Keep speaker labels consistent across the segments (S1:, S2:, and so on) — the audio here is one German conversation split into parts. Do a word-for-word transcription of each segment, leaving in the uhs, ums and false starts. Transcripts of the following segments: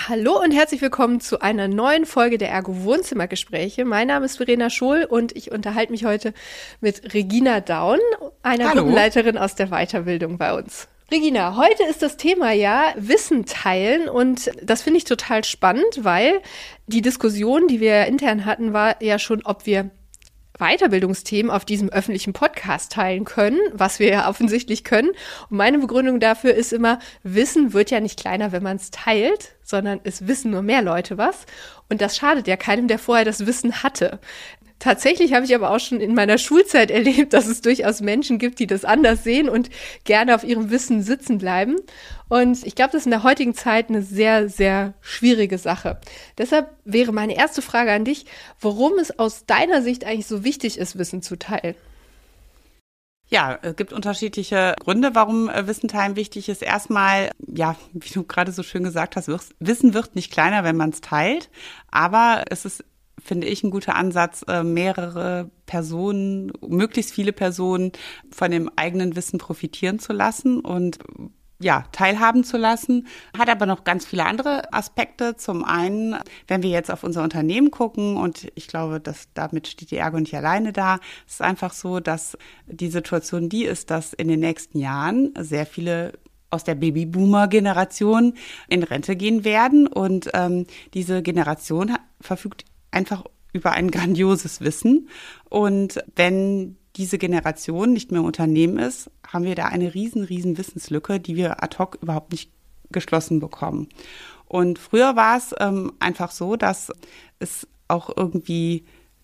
S1: Hallo und herzlich willkommen zu einer neuen Folge der Ergo Wohnzimmergespräche. Mein Name ist Verena Schohl und ich unterhalte mich heute mit Regina Daun, einer
S2: Hallo.
S1: Gruppenleiterin aus der Weiterbildung bei uns. Regina, heute ist das Thema ja Wissen teilen und das finde ich total spannend, weil die Diskussion, die wir intern hatten, war ja schon, ob wir Weiterbildungsthemen auf diesem öffentlichen Podcast teilen können, was wir ja offensichtlich können. Und meine Begründung dafür ist immer, Wissen wird ja nicht kleiner, wenn man es teilt, sondern es wissen nur mehr Leute was. Und das schadet ja keinem, der vorher das Wissen hatte. Tatsächlich habe ich aber auch schon in meiner Schulzeit erlebt, dass es durchaus Menschen gibt, die das anders sehen und gerne auf ihrem Wissen sitzen bleiben. Und ich glaube, das ist in der heutigen Zeit eine sehr, sehr schwierige Sache. Deshalb wäre meine erste Frage an dich, warum es aus deiner Sicht eigentlich so wichtig ist, Wissen zu teilen.
S2: Ja, es gibt unterschiedliche Gründe, warum Wissen teilen wichtig ist. Erstmal, ja, wie du gerade so schön gesagt hast, Wissen wird nicht kleiner, wenn man es teilt, aber es ist, finde ich, ein guter Ansatz, mehrere Personen, möglichst viele Personen von dem eigenen Wissen profitieren zu lassen und ja, teilhaben zu lassen. Hat aber noch ganz viele andere Aspekte. Zum einen, wenn wir jetzt auf unser Unternehmen gucken, und ich glaube, dass damit steht die Ergo nicht alleine da, es ist einfach so, dass die Situation die ist, dass in den nächsten Jahren sehr viele aus der Babyboomer-Generation in Rente gehen werden und ähm, diese Generation verfügt einfach über ein grandioses Wissen. Und wenn diese Generation nicht mehr im Unternehmen ist, haben wir da eine riesen, riesen Wissenslücke, die wir ad hoc überhaupt nicht geschlossen bekommen. Und früher war es ähm, einfach so, dass es auch irgendwie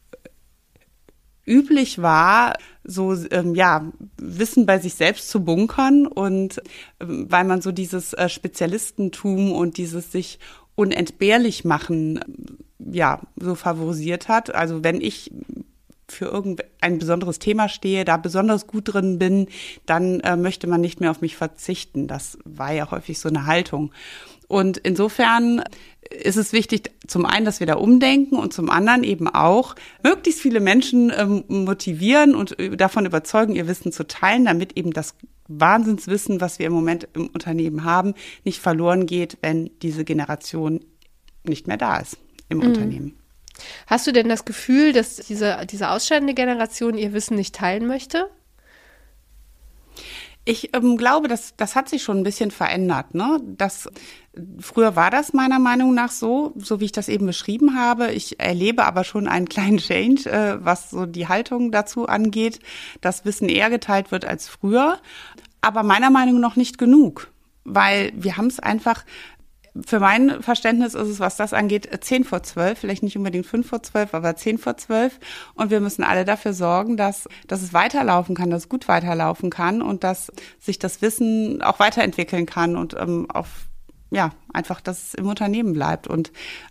S2: üblich war, so ähm, ja Wissen bei sich selbst zu bunkern und ähm, weil man so dieses äh, Spezialistentum und dieses sich unentbehrlich machen ja so favorisiert hat. Also wenn ich für irgendein besonderes Thema stehe, da besonders gut drin bin, dann äh, möchte man nicht mehr auf mich verzichten. Das war ja häufig so eine Haltung. Und insofern ist es wichtig, zum einen, dass wir da umdenken und zum anderen eben auch möglichst viele Menschen ähm, motivieren und davon überzeugen, ihr Wissen zu teilen, damit eben das Wahnsinnswissen, was wir im Moment im Unternehmen haben, nicht verloren geht, wenn diese Generation nicht mehr da ist im mhm. Unternehmen.
S1: Hast du denn das Gefühl, dass diese, diese ausscheidende Generation ihr Wissen nicht teilen möchte?
S2: Ich ähm, glaube, das, das hat sich schon ein bisschen verändert, ne? Das, früher war das meiner Meinung nach so, so wie ich das eben beschrieben habe. Ich erlebe aber schon einen kleinen Change, äh, was so die Haltung dazu angeht, dass Wissen eher geteilt wird als früher. Aber meiner Meinung nach noch nicht genug, weil wir haben es einfach. Für mein Verständnis ist es, was das angeht, zehn vor zwölf, vielleicht nicht unbedingt fünf vor zwölf, aber zehn vor zwölf. Und wir müssen alle dafür sorgen, dass, dass es weiterlaufen kann, dass es gut weiterlaufen kann und dass sich das Wissen auch weiterentwickeln kann und ähm, auf, ja, einfach, dass es im Unternehmen bleibt. Und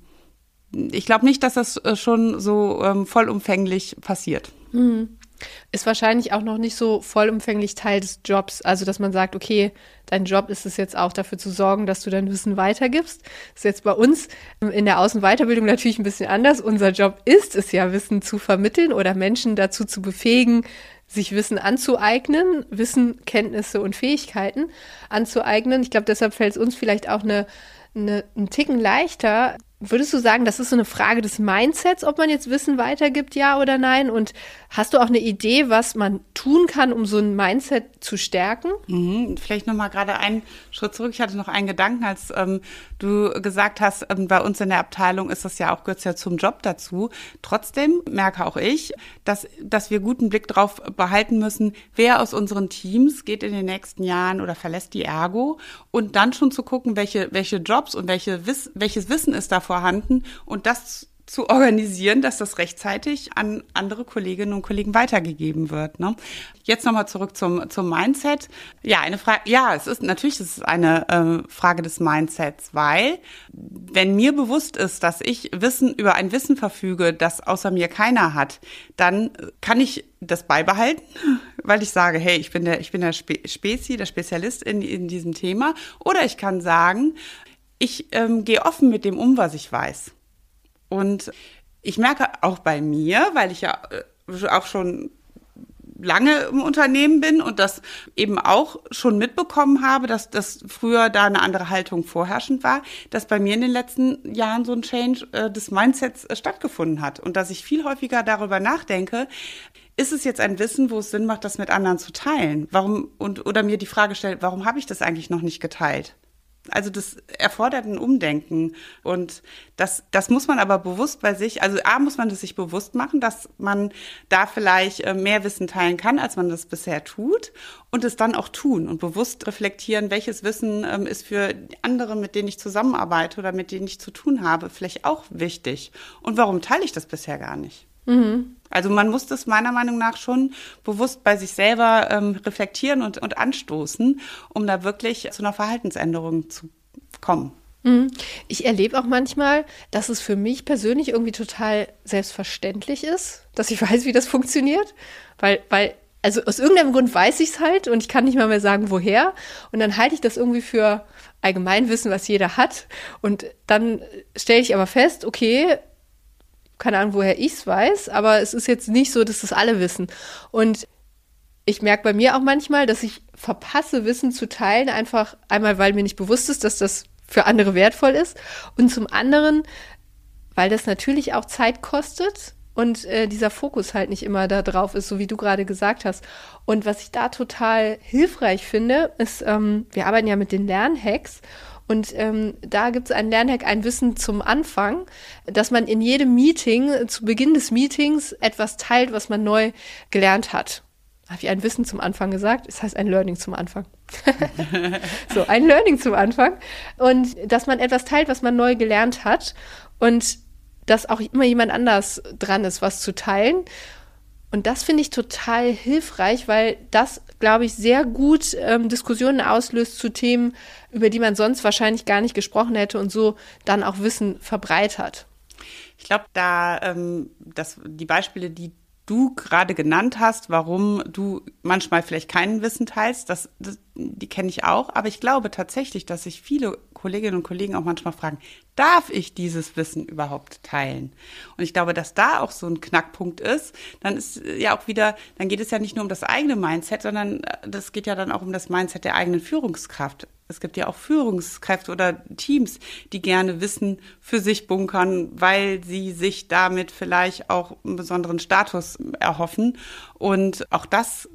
S2: ich glaube nicht, dass das schon so ähm, vollumfänglich passiert.
S1: Mhm. Ist wahrscheinlich auch noch nicht so vollumfänglich Teil des Jobs. Also, dass man sagt, okay, dein Job ist es jetzt auch dafür zu sorgen, dass du dein Wissen weitergibst. Das ist jetzt bei uns in der Außenweiterbildung natürlich ein bisschen anders. Unser Job ist es ja, Wissen zu vermitteln oder Menschen dazu zu befähigen, sich Wissen anzueignen, Wissen, Kenntnisse und Fähigkeiten anzueignen. Ich glaube, deshalb fällt es uns vielleicht auch eine, eine, einen Ticken leichter. Würdest du sagen, das ist so eine Frage des Mindsets, ob man jetzt Wissen weitergibt, ja oder nein? Und hast du auch eine Idee, was man tun kann, um so ein Mindset zu stärken?
S2: Mhm, vielleicht nochmal gerade einen Schritt zurück. Ich hatte noch einen Gedanken, als ähm, du gesagt hast, ähm, bei uns in der Abteilung ist das ja auch, gehört ja zum Job dazu. Trotzdem merke auch ich, dass, dass wir guten Blick drauf behalten müssen, wer aus unseren Teams geht in den nächsten Jahren oder verlässt die Ergo und dann schon zu gucken, welche, welche Jobs und welche Wiss, welches Wissen ist da vorhanden und das zu organisieren, dass das rechtzeitig an andere Kolleginnen und Kollegen weitergegeben wird. Ne? Jetzt nochmal zurück zum zum Mindset. Ja, eine Frage. Ja, es ist natürlich es ist eine äh, Frage des Mindsets, weil wenn mir bewusst ist, dass ich Wissen über ein Wissen verfüge, das außer mir keiner hat, dann kann ich das beibehalten, weil ich sage, hey, ich bin der ich bin der Spe- Spezi, der Spezialist in in diesem Thema, oder ich kann sagen, ich ähm, gehe offen mit dem um, was ich weiß. Und ich merke auch bei mir, weil ich ja auch schon lange im Unternehmen bin und das eben auch schon mitbekommen habe, dass das früher da eine andere Haltung vorherrschend war, dass bei mir in den letzten Jahren so ein Change äh, des Mindsets äh, stattgefunden hat und dass ich viel häufiger darüber nachdenke, ist es jetzt ein Wissen, wo es Sinn macht, das mit anderen zu teilen? Warum und oder mir die Frage stellt, warum habe ich das eigentlich noch nicht geteilt? Also das erfordert ein Umdenken und das, das muss man aber bewusst bei sich, also A, muss man das sich bewusst machen, dass man da vielleicht mehr Wissen teilen kann, als man das bisher tut und es dann auch tun und bewusst reflektieren, welches Wissen ähm, ist für andere, mit denen ich zusammenarbeite oder mit denen ich zu tun habe, vielleicht auch wichtig und warum teile ich das bisher gar nicht? Mhm. Also man muss das meiner Meinung nach schon bewusst bei sich selber ähm, reflektieren und, und anstoßen, um da wirklich zu einer Verhaltensänderung zu kommen.
S1: Mhm. Ich erlebe auch manchmal, dass es für mich persönlich irgendwie total selbstverständlich ist, dass ich weiß, wie das funktioniert, weil, weil also aus irgendeinem Grund weiß ich es halt und ich kann nicht mal mehr sagen, woher und dann halte ich das irgendwie für Allgemeinwissen, was jeder hat und dann stelle ich aber fest, okay, keine Ahnung, woher ich es weiß, aber es ist jetzt nicht so, dass das alle wissen. Und ich merke bei mir auch manchmal, dass ich verpasse, Wissen zu teilen, einfach einmal, weil mir nicht bewusst ist, dass das für andere wertvoll ist und zum anderen, weil das natürlich auch Zeit kostet und äh, dieser Fokus halt nicht immer da drauf ist, so wie du gerade gesagt hast. Und was ich da total hilfreich finde, ist, ähm, wir arbeiten ja mit den Lernhacks. Und ähm, da gibt es einen Lernhack, ein Wissen zum Anfang, dass man in jedem Meeting, zu Beginn des Meetings, etwas teilt, was man neu gelernt hat. Habe ich ein Wissen zum Anfang gesagt? Das heißt ein Learning zum Anfang. So, ein Learning zum Anfang. Und dass man etwas teilt, was man neu gelernt hat. Und dass auch immer jemand anders dran ist, was zu teilen. Und das finde ich total hilfreich, weil das, glaube ich, sehr gut ähm, Diskussionen auslöst zu Themen, über die man sonst wahrscheinlich gar nicht gesprochen hätte und so dann auch Wissen verbreitert.
S2: Ich glaube, da ähm, das, die Beispiele, die du gerade genannt hast, warum du manchmal vielleicht kein Wissen teilst, das, das, die kenne ich auch. Aber ich glaube tatsächlich, dass sich viele Kolleginnen und Kollegen auch manchmal fragen, darf ich dieses Wissen überhaupt teilen? Und ich glaube, dass da auch so ein Knackpunkt ist. Dann ist ja auch wieder, dann geht es ja nicht nur um das eigene Mindset, sondern das geht ja dann auch um das Mindset der eigenen Führungskraft. Es gibt ja auch Führungskräfte oder Teams, die gerne Wissen für sich bunkern, weil sie sich damit vielleicht auch einen besonderen Status erhoffen. Und auch das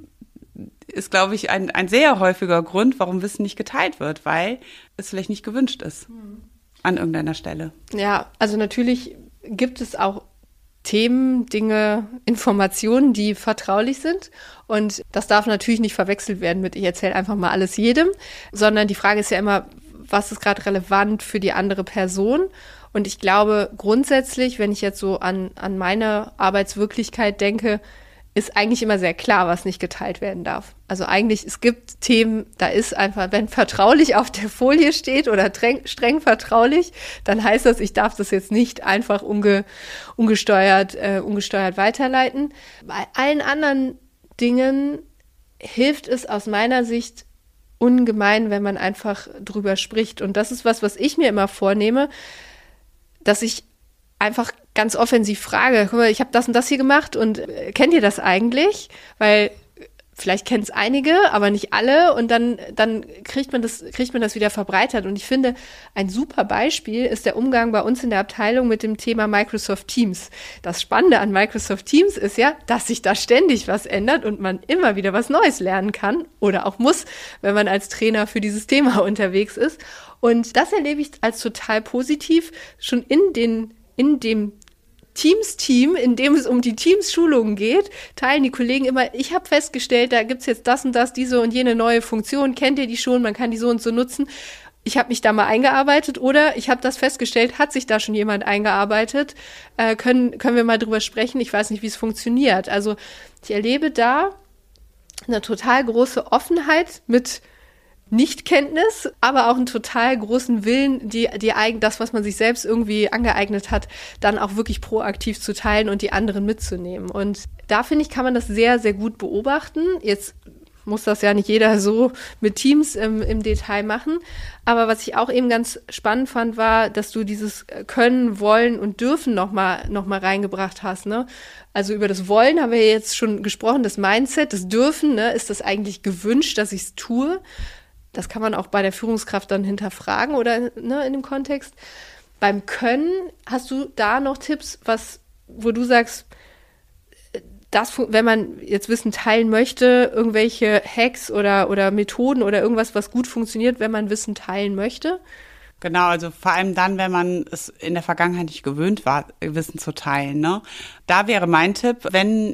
S2: ist, glaube ich, ein, ein sehr häufiger Grund, warum Wissen nicht geteilt wird, weil es vielleicht nicht gewünscht ist mhm. an irgendeiner Stelle.
S1: Ja, also natürlich gibt es auch Themen, Dinge, Informationen, die vertraulich sind. Und das darf natürlich nicht verwechselt werden mit, ich erzähle einfach mal alles jedem, sondern die Frage ist ja immer, was ist gerade relevant für die andere Person? Und ich glaube grundsätzlich, wenn ich jetzt so an, an meine Arbeitswirklichkeit denke, ist eigentlich immer sehr klar, was nicht geteilt werden darf. Also eigentlich, es gibt Themen, da ist einfach, wenn vertraulich auf der Folie steht oder streng, streng vertraulich, dann heißt das, ich darf das jetzt nicht einfach unge, ungesteuert, äh, ungesteuert weiterleiten. Bei allen anderen Dingen hilft es aus meiner Sicht ungemein, wenn man einfach drüber spricht. Und das ist was, was ich mir immer vornehme, dass ich einfach ganz offensiv frage, guck mal, ich habe das und das hier gemacht und äh, kennt ihr das eigentlich? Weil vielleicht kennen es einige, aber nicht alle und dann, dann kriegt man das, kriegt man das wieder verbreitert. Und ich finde, ein super Beispiel ist der Umgang bei uns in der Abteilung mit dem Thema Microsoft Teams. Das Spannende an Microsoft Teams ist ja, dass sich da ständig was ändert und man immer wieder was Neues lernen kann oder auch muss, wenn man als Trainer für dieses Thema unterwegs ist. Und das erlebe ich als total positiv, schon in den in dem Teams-Team, in dem es um die Teams-Schulungen geht, teilen die Kollegen immer, ich habe festgestellt, da gibt's jetzt das und das, diese und jene neue Funktion, kennt ihr die schon, man kann die so und so nutzen. Ich habe mich da mal eingearbeitet oder ich habe das festgestellt, hat sich da schon jemand eingearbeitet, äh, können, können wir mal drüber sprechen, ich weiß nicht, wie es funktioniert. Also ich erlebe da eine total große Offenheit mit Nichtkenntnis, aber auch einen total großen Willen, die, die eigen, das, was man sich selbst irgendwie angeeignet hat, dann auch wirklich proaktiv zu teilen und die anderen mitzunehmen. Und da, finde ich, kann man das sehr, sehr gut beobachten. Jetzt muss das ja nicht jeder so mit Teams im, im Detail machen. Aber was ich auch eben ganz spannend fand, war, dass du dieses Können, Wollen und Dürfen nochmal noch mal reingebracht hast, ne? Also über das Wollen haben wir jetzt schon gesprochen, das Mindset, das Dürfen, ne? Ist das eigentlich gewünscht, dass ich es tue? Das kann man auch bei der Führungskraft dann hinterfragen oder ne, in dem Kontext. Beim Können, hast du da noch Tipps, was, wo du sagst, das, wenn man jetzt Wissen teilen möchte, irgendwelche Hacks oder, oder Methoden oder irgendwas, was gut funktioniert, wenn man Wissen teilen möchte?
S2: Genau, also vor allem dann, wenn man es in der Vergangenheit nicht gewöhnt war, Wissen zu teilen, ne? Da wäre mein Tipp, wenn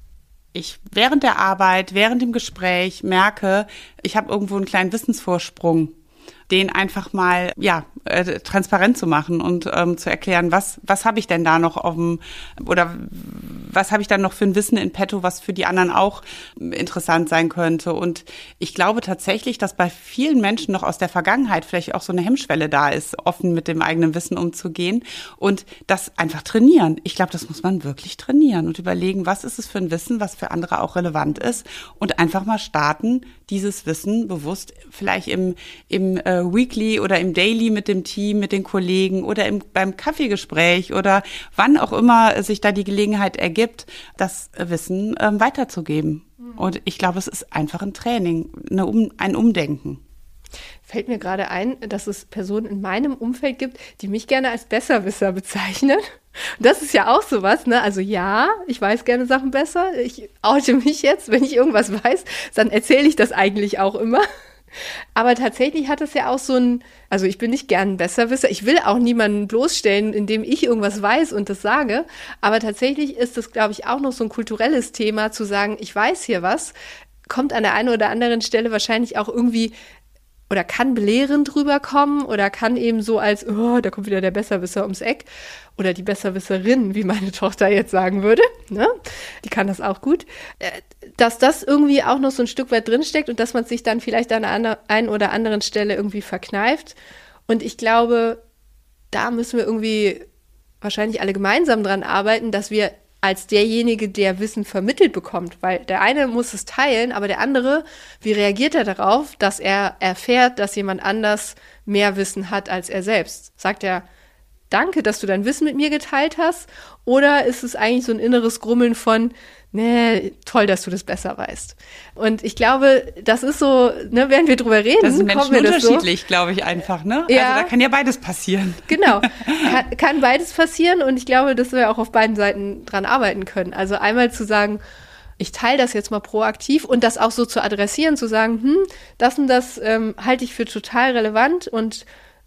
S2: ich während der Arbeit, während dem Gespräch merke, ich habe irgendwo einen kleinen Wissensvorsprung, den einfach mal ja äh, transparent zu machen und ähm, zu erklären, was was habe ich denn da noch auf dem oder was habe ich dann noch für ein Wissen in petto, was für die anderen auch interessant sein könnte. Und ich glaube tatsächlich, dass bei vielen Menschen noch aus der Vergangenheit vielleicht auch so eine Hemmschwelle da ist, offen mit dem eigenen Wissen umzugehen und das einfach trainieren. Ich glaube, das muss man wirklich trainieren und überlegen, was ist es für ein Wissen, was für andere auch relevant ist und einfach mal starten, dieses Wissen bewusst vielleicht im im äh, Weekly oder im Daily mit dem Team, mit den Kollegen oder im, beim Kaffeegespräch oder wann auch immer sich da die Gelegenheit ergibt, das Wissen ähm, weiterzugeben. Mhm. Und ich glaube, es ist einfach ein Training, eine um, ein Umdenken.
S1: Fällt mir gerade ein, dass es Personen in meinem Umfeld gibt, die mich gerne als Besserwisser bezeichnen. Das ist ja auch sowas, ne? Also ja, ich weiß gerne Sachen besser. Ich oute mich jetzt, wenn ich irgendwas weiß, dann erzähle ich das eigentlich auch immer. Aber tatsächlich hat es ja auch so ein, also ich bin nicht gern ein Besserwisser. Ich will auch niemanden bloßstellen, indem ich irgendwas weiß und das sage. Aber tatsächlich ist das, glaube ich, auch noch so ein kulturelles Thema, zu sagen, ich weiß hier was, kommt an der einen oder anderen Stelle wahrscheinlich auch irgendwie oder kann belehrend rüberkommen oder kann eben so als, oh, da kommt wieder der Besserwisser ums Eck oder die Besserwisserin, wie meine Tochter jetzt sagen würde, ne? Die kann das auch gut, dass das irgendwie auch noch so ein Stück weit drinsteckt und dass man sich dann vielleicht an einer einen oder anderen Stelle irgendwie verkneift. Und ich glaube, da müssen wir irgendwie wahrscheinlich alle gemeinsam dran arbeiten, dass wir als derjenige, der Wissen vermittelt bekommt. Weil der eine muss es teilen, aber der andere, wie reagiert er darauf, dass er erfährt, dass jemand anders mehr Wissen hat als er selbst? Sagt er, danke, dass du dein Wissen mit mir geteilt hast? Oder ist es eigentlich so ein inneres Grummeln von, nee, toll, dass du das besser weißt? Und ich glaube, das ist so, ne, während wir drüber reden,
S2: das ist Menschen
S1: kommt mir das
S2: unterschiedlich,
S1: so.
S2: glaube ich, einfach, ne?
S1: Ja.
S2: Also da kann ja beides passieren.
S1: Genau, kann, kann beides passieren und ich glaube, dass wir auch auf beiden Seiten dran arbeiten können. Also einmal zu sagen, ich teile das jetzt mal proaktiv und das auch so zu adressieren, zu sagen, hm, das und das ähm, halte ich für total relevant und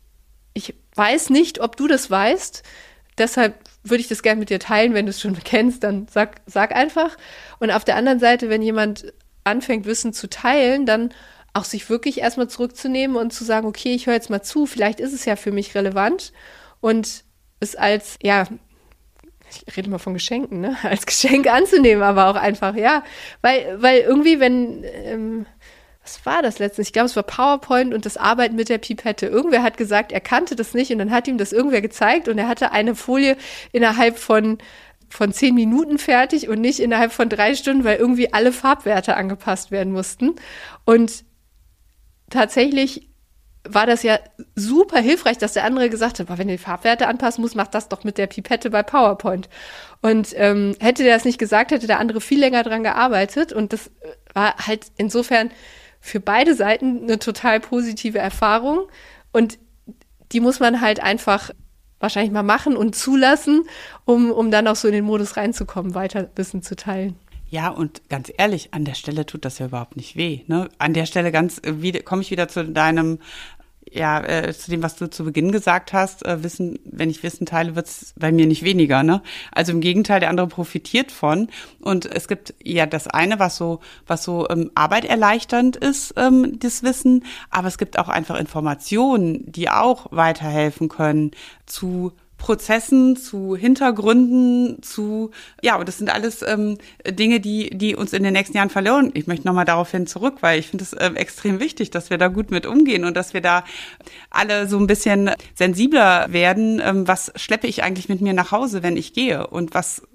S1: ich weiß nicht, ob du das weißt, deshalb würde ich das gerne mit dir teilen, wenn du es schon kennst, dann sag, sag einfach. Und auf der anderen Seite, wenn jemand anfängt, Wissen zu teilen, dann auch sich wirklich erstmal zurückzunehmen und zu sagen, okay, ich höre jetzt mal zu, vielleicht ist es ja für mich relevant und es als, ja, ich rede mal von Geschenken, ne, als Geschenk anzunehmen, aber auch einfach, ja, weil, weil irgendwie, wenn, ähm, was war das letztens? Ich glaube, es war PowerPoint und das Arbeiten mit der Pipette. Irgendwer hat gesagt, er kannte das nicht und dann hat ihm das irgendwer gezeigt und er hatte eine Folie innerhalb von, von zehn Minuten fertig und nicht innerhalb von drei Stunden, weil irgendwie alle Farbwerte angepasst werden mussten. Und tatsächlich war das ja super hilfreich, dass der andere gesagt hat, wenn du die Farbwerte anpassen musst, mach das doch mit der Pipette bei PowerPoint. Und ähm, hätte der das nicht gesagt, hätte der andere viel länger dran gearbeitet und das war halt insofern für beide Seiten eine total positive Erfahrung und die muss man halt einfach wahrscheinlich mal machen und zulassen, um, um dann auch so in den Modus reinzukommen, weiter Wissen zu teilen.
S2: Ja, und ganz ehrlich, an der Stelle tut das ja überhaupt nicht weh, ne? An der Stelle ganz wieder komme ich wieder zu deinem, ja, äh, zu dem, was du zu Beginn gesagt hast. Äh, Wissen, wenn ich Wissen teile, wird's bei mir nicht weniger, ne? Also im Gegenteil, der andere profitiert von. Und es gibt ja das eine, was so, was so ähm, Arbeit erleichternd ist, ähm, das Wissen, aber es gibt auch einfach Informationen, die auch weiterhelfen können zu Prozessen, zu Hintergründen, zu, ja, und das sind alles ähm, Dinge, die die uns in den nächsten Jahren verloren. Ich möchte nochmal daraufhin zurück, weil ich finde es äh, extrem wichtig, dass wir da gut mit umgehen und dass wir da alle so ein bisschen sensibler werden. Ähm, was schleppe ich eigentlich mit mir nach Hause, wenn ich gehe? Und was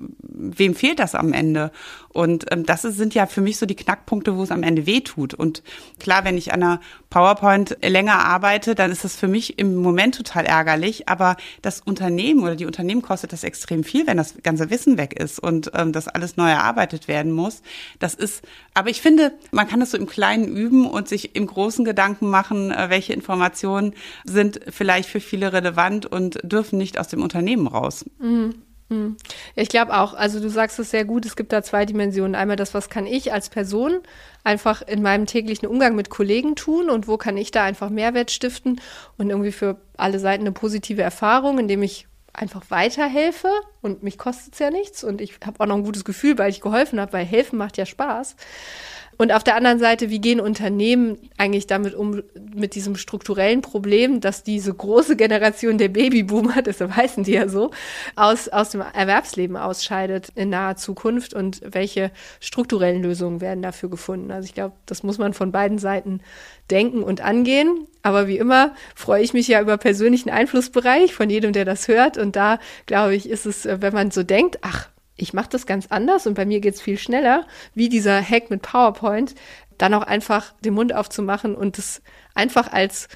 S2: wem fehlt das am Ende? Und ähm, das ist, sind ja für mich so die Knackpunkte, wo es am Ende wehtut. Und klar, wenn ich an einer PowerPoint länger arbeite, dann ist das für mich im Moment total ärgerlich. Aber das Unternehmen oder die Unternehmen kostet das extrem viel, wenn das ganze Wissen weg ist und ähm, das alles neu erarbeitet werden muss. Das ist, aber ich finde, man kann das so im Kleinen üben und sich im Großen Gedanken machen, äh, welche Informationen sind vielleicht für viele relevant und dürfen nicht aus dem Unternehmen raus.
S1: Mhm. Ich glaube auch, also du sagst es sehr gut, es gibt da zwei Dimensionen. Einmal das, was kann ich als Person einfach in meinem täglichen Umgang mit Kollegen tun und wo kann ich da einfach Mehrwert stiften und irgendwie für alle Seiten eine positive Erfahrung, indem ich einfach weiterhelfe und mich kostet es ja nichts und ich habe auch noch ein gutes Gefühl, weil ich geholfen habe, weil helfen macht ja Spaß. Und auf der anderen Seite, wie gehen Unternehmen eigentlich damit um, mit diesem strukturellen Problem, dass diese große Generation der Babyboomer, deshalb heißen die ja so, aus, aus dem Erwerbsleben ausscheidet in naher Zukunft und welche strukturellen Lösungen werden dafür gefunden? Also ich glaube, das muss man von beiden Seiten denken und angehen. Aber wie immer freue ich mich ja über persönlichen Einflussbereich von jedem, der das hört. Und da, glaube ich, ist es, wenn man so denkt, ach, ich mache das ganz anders und bei mir geht's viel schneller, wie dieser Hack mit PowerPoint, dann auch einfach den Mund aufzumachen und es einfach als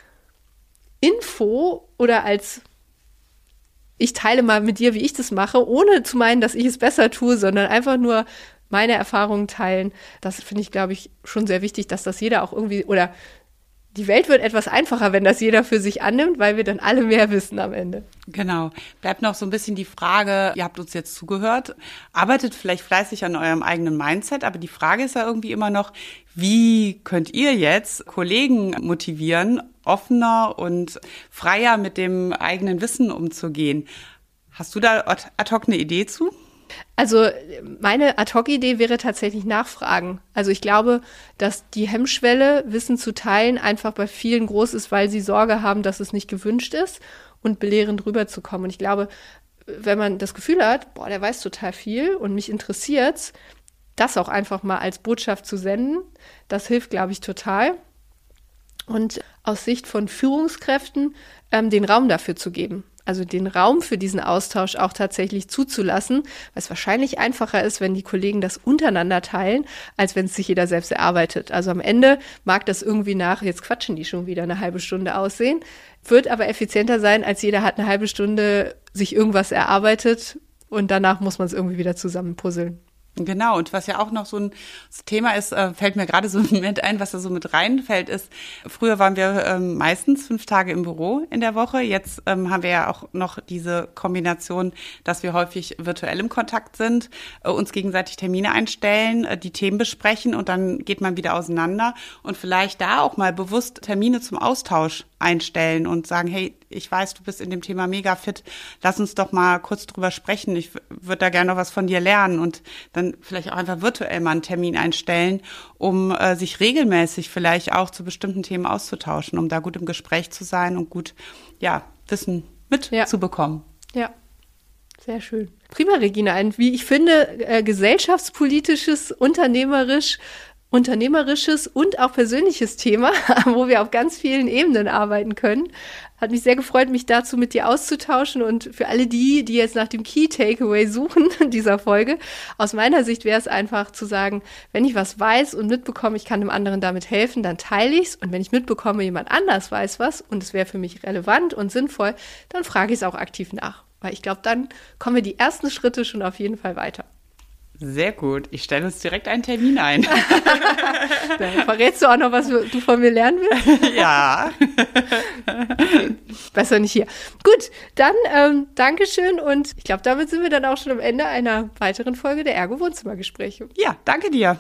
S1: Info oder als ich teile mal mit dir, wie ich das mache, ohne zu meinen, dass ich es besser tue, sondern einfach nur meine Erfahrungen teilen. Das finde ich, glaube ich, schon sehr wichtig, dass das jeder auch irgendwie, oder die Welt wird etwas einfacher, wenn das jeder für sich annimmt, weil wir dann alle mehr wissen am Ende.
S2: Genau. Bleibt noch so ein bisschen die Frage, ihr habt uns jetzt zugehört, arbeitet vielleicht fleißig an eurem eigenen Mindset, aber die Frage ist ja irgendwie immer noch, wie könnt ihr jetzt Kollegen motivieren, offener und freier mit dem eigenen Wissen umzugehen? Hast du da ad hoc eine Idee zu?
S1: Also meine Ad-Hoc-Idee wäre tatsächlich Nachfragen. Also ich glaube, dass die Hemmschwelle, Wissen zu teilen, einfach bei vielen groß ist, weil sie Sorge haben, dass es nicht gewünscht ist und belehrend rüberzukommen. Und ich glaube, wenn man das Gefühl hat, boah, der weiß total viel und mich interessiert's, das auch einfach mal als Botschaft zu senden, das hilft, glaube ich, total. Und aus Sicht von Führungskräften ähm, den Raum dafür zu geben. Also den Raum für diesen Austausch auch tatsächlich zuzulassen, weil es wahrscheinlich einfacher ist, wenn die Kollegen das untereinander teilen, als wenn es sich jeder selbst erarbeitet. Also am Ende mag das irgendwie nach, jetzt quatschen die schon wieder eine halbe Stunde aussehen, wird aber effizienter sein, als jeder hat eine halbe Stunde sich irgendwas erarbeitet und danach muss man es irgendwie wieder zusammenpuzzeln.
S2: Genau, und was ja auch noch so ein Thema ist, äh, fällt mir gerade so im Moment ein, was da so mit reinfällt, ist, früher waren wir ähm, meistens fünf Tage im Büro in der Woche. Jetzt ähm, haben wir ja auch noch diese Kombination, dass wir häufig virtuell im Kontakt sind, äh, uns gegenseitig Termine einstellen, äh, die Themen besprechen und dann geht man wieder auseinander und vielleicht da auch mal bewusst Termine zum Austausch einstellen und sagen, hey, ich weiß, du bist in dem Thema mega fit, lass uns doch mal kurz drüber sprechen, ich würde da gerne noch was von dir lernen und dann vielleicht auch einfach virtuell mal einen Termin einstellen, um äh, sich regelmäßig vielleicht auch zu bestimmten Themen auszutauschen, um da gut im Gespräch zu sein und gut, ja, Wissen mitzubekommen.
S1: Ja. ja, sehr schön. Prima, Regina, ein, wie ich finde, äh, gesellschaftspolitisches, unternehmerisch unternehmerisches und auch persönliches Thema, wo wir auf ganz vielen Ebenen arbeiten können. Hat mich sehr gefreut, mich dazu mit dir auszutauschen und für alle die, die jetzt nach dem Key Takeaway suchen in dieser Folge, aus meiner Sicht wäre es einfach zu sagen, wenn ich was weiß und mitbekomme, ich kann dem anderen damit helfen, dann teile ich es und wenn ich mitbekomme, jemand anders weiß was und es wäre für mich relevant und sinnvoll, dann frage ich es auch aktiv nach, weil ich glaube, dann kommen wir die ersten Schritte schon auf jeden Fall weiter.
S2: Sehr gut. Ich stelle uns direkt einen Termin ein.
S1: Dann verrätst du auch noch, was du von mir lernen willst?
S2: Ja.
S1: Okay. Besser nicht hier. Gut, dann ähm, Dankeschön und ich glaube, damit sind wir dann auch schon am Ende einer weiteren Folge der Ergo Wohnzimmergespräche.
S2: Ja, danke dir.